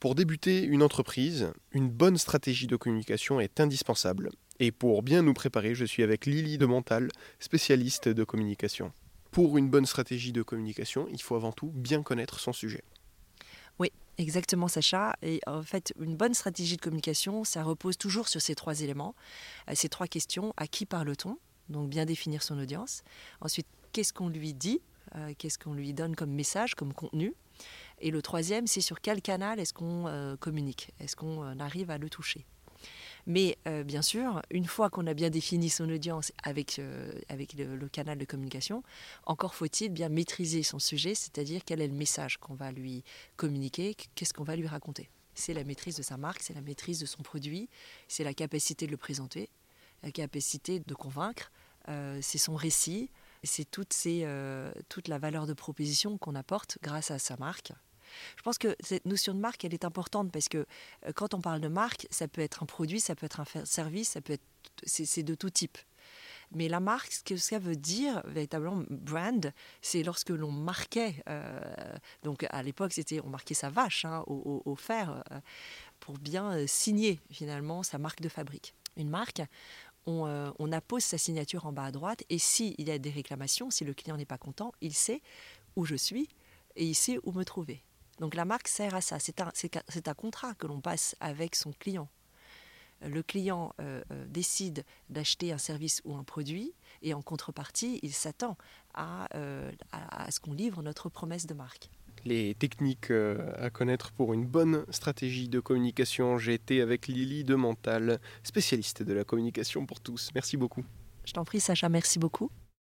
Pour débuter une entreprise, une bonne stratégie de communication est indispensable. Et pour bien nous préparer, je suis avec Lily de Montal, spécialiste de communication. Pour une bonne stratégie de communication, il faut avant tout bien connaître son sujet. Oui, exactement Sacha. Et en fait, une bonne stratégie de communication, ça repose toujours sur ces trois éléments, ces trois questions. À qui parle-t-on? Donc bien définir son audience. Ensuite, qu'est-ce qu'on lui dit? Qu'est-ce qu'on lui donne comme message, comme contenu? Et le troisième, c'est sur quel canal est-ce qu'on communique? Est-ce qu'on arrive à le toucher? Mais bien sûr, une fois qu'on a bien défini son audience avec le canal de communication, encore faut-il bien maîtriser son sujet, c'est-à-dire quel est le message qu'on va lui communiquer, qu'est-ce qu'on va lui raconter. C'est la maîtrise de sa marque, c'est la maîtrise de son produit, c'est la capacité de le présenter, la capacité de convaincre, c'est son récit, c'est toute la valeur de proposition qu'on apporte grâce à sa marque. Je pense que cette notion de marque, elle est importante parce que quand on parle de marque, ça peut être un produit, ça peut être un service, c'est de tout type. Mais la marque, ce que ça veut dire, véritablement, brand, c'est lorsque l'on marquait, donc à l'époque, on marquait sa vache au fer pour bien signer finalement sa marque de fabrique. Une marque, on appose sa signature en bas à droite et s'il y a des réclamations, si le client n'est pas content, il sait où je suis et il sait où me trouver. Donc la marque sert à ça, c'est un contrat que l'on passe avec son client. Le client décide d'acheter un service ou un produit et en contrepartie, il s'attend à ce qu'on livre notre promesse de marque. Les techniques à connaître pour une bonne stratégie de communication, j'ai été avec Lily de Montal, spécialiste de la communication pour tous. Merci beaucoup. Je t'en prie Sacha, merci beaucoup.